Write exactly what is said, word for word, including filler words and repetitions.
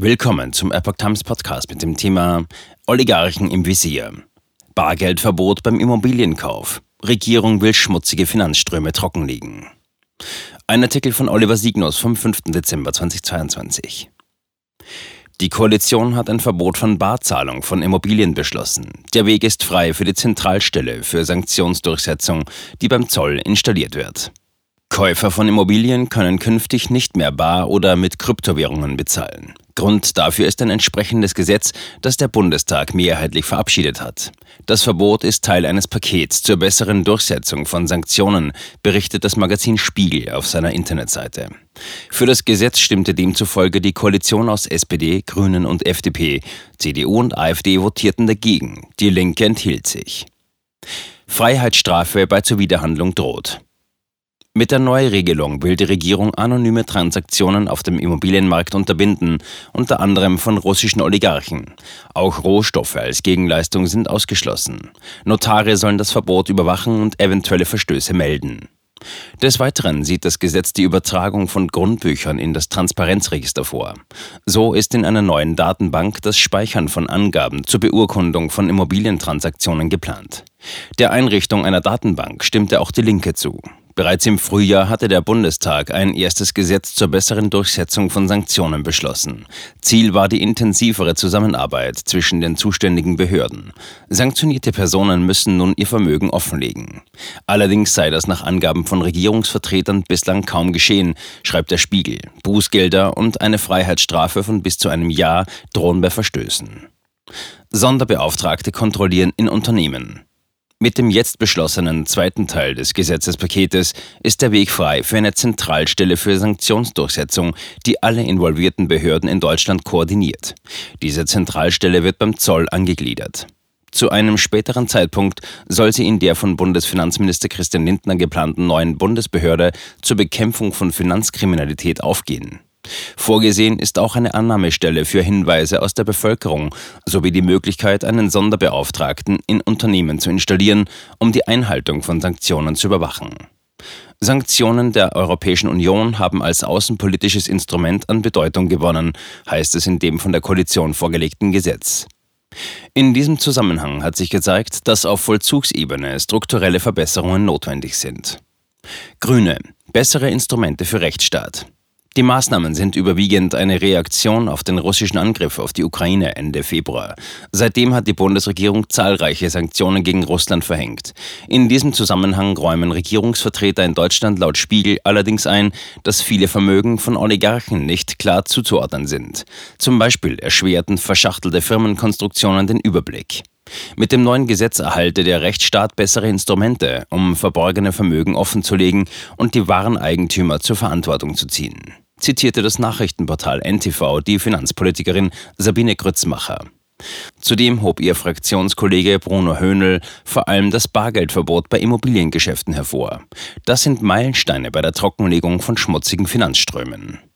Willkommen zum Epoch Times Podcast mit dem Thema Oligarchen im Visier. Bargeldverbot beim Immobilienkauf. Regierung will schmutzige Finanzströme trockenlegen. Ein Artikel von Oliver Signus vom fünften Dezember zweitausendzweiundzwanzig. Die Koalition hat ein Verbot von Barzahlung von Immobilien beschlossen. Der Weg ist frei für die Zentralstelle für Sanktionsdurchsetzung, die beim Zoll installiert wird. Käufer von Immobilien können künftig nicht mehr bar oder mit Kryptowährungen bezahlen. Grund dafür ist ein entsprechendes Gesetz, das der Bundestag mehrheitlich verabschiedet hat. Das Verbot ist Teil eines Pakets zur besseren Durchsetzung von Sanktionen, berichtet das Magazin Spiegel auf seiner Internetseite. Für das Gesetz stimmte demzufolge die Koalition aus S P D, Grünen und F D P. C D U und AfD votierten dagegen. Die Linke enthielt sich. Freiheitsstrafe bei Zuwiderhandlung droht. Mit der Neuregelung will die Regierung anonyme Transaktionen auf dem Immobilienmarkt unterbinden, unter anderem von russischen Oligarchen. Auch Rohstoffe als Gegenleistung sind ausgeschlossen. Notare sollen das Verbot überwachen und eventuelle Verstöße melden. Des Weiteren sieht das Gesetz die Übertragung von Grundbüchern in das Transparenzregister vor. So ist in einer neuen Datenbank das Speichern von Angaben zur Beurkundung von Immobilientransaktionen geplant. Der Einrichtung einer Datenbank stimmte auch die Linke zu. Bereits im Frühjahr hatte der Bundestag ein erstes Gesetz zur besseren Durchsetzung von Sanktionen beschlossen. Ziel war die intensivere Zusammenarbeit zwischen den zuständigen Behörden. Sanktionierte Personen müssen nun ihr Vermögen offenlegen. Allerdings sei das nach Angaben von Regierungsvertretern bislang kaum geschehen, schreibt der Spiegel. Bußgelder und eine Freiheitsstrafe von bis zu einem Jahr drohen bei Verstößen. Sonderbeauftragte kontrollieren in Unternehmen. Mit dem jetzt beschlossenen zweiten Teil des Gesetzespaketes ist der Weg frei für eine Zentralstelle für Sanktionsdurchsetzung, die alle involvierten Behörden in Deutschland koordiniert. Diese Zentralstelle wird beim Zoll angegliedert. Zu einem späteren Zeitpunkt soll sie in der von Bundesfinanzminister Christian Lindner geplanten neuen Bundesbehörde zur Bekämpfung von Finanzkriminalität aufgehen. Vorgesehen ist auch eine Annahmestelle für Hinweise aus der Bevölkerung sowie die Möglichkeit, einen Sonderbeauftragten in Unternehmen zu installieren, um die Einhaltung von Sanktionen zu überwachen. Sanktionen der Europäischen Union haben als außenpolitisches Instrument an Bedeutung gewonnen, heißt es in dem von der Koalition vorgelegten Gesetz. In diesem Zusammenhang hat sich gezeigt, dass auf Vollzugsebene strukturelle Verbesserungen notwendig sind. Grüne. Bessere Instrumente für Rechtsstaat. Die Maßnahmen sind überwiegend eine Reaktion auf den russischen Angriff auf die Ukraine Ende Februar. Seitdem hat die Bundesregierung zahlreiche Sanktionen gegen Russland verhängt. In diesem Zusammenhang räumen Regierungsvertreter in Deutschland laut Spiegel allerdings ein, dass viele Vermögen von Oligarchen nicht klar zuzuordnen sind. Zum Beispiel erschwerten verschachtelte Firmenkonstruktionen den Überblick. Mit dem neuen Gesetz erhalte der Rechtsstaat bessere Instrumente, um verborgene Vermögen offenzulegen und die wahren Eigentümer zur Verantwortung zu ziehen, zitierte das Nachrichtenportal N T V die Finanzpolitikerin Sabine Grützmacher. Zudem hob ihr Fraktionskollege Bruno Höhnl vor allem das Bargeldverbot bei Immobiliengeschäften hervor. Das sind Meilensteine bei der Trockenlegung von schmutzigen Finanzströmen.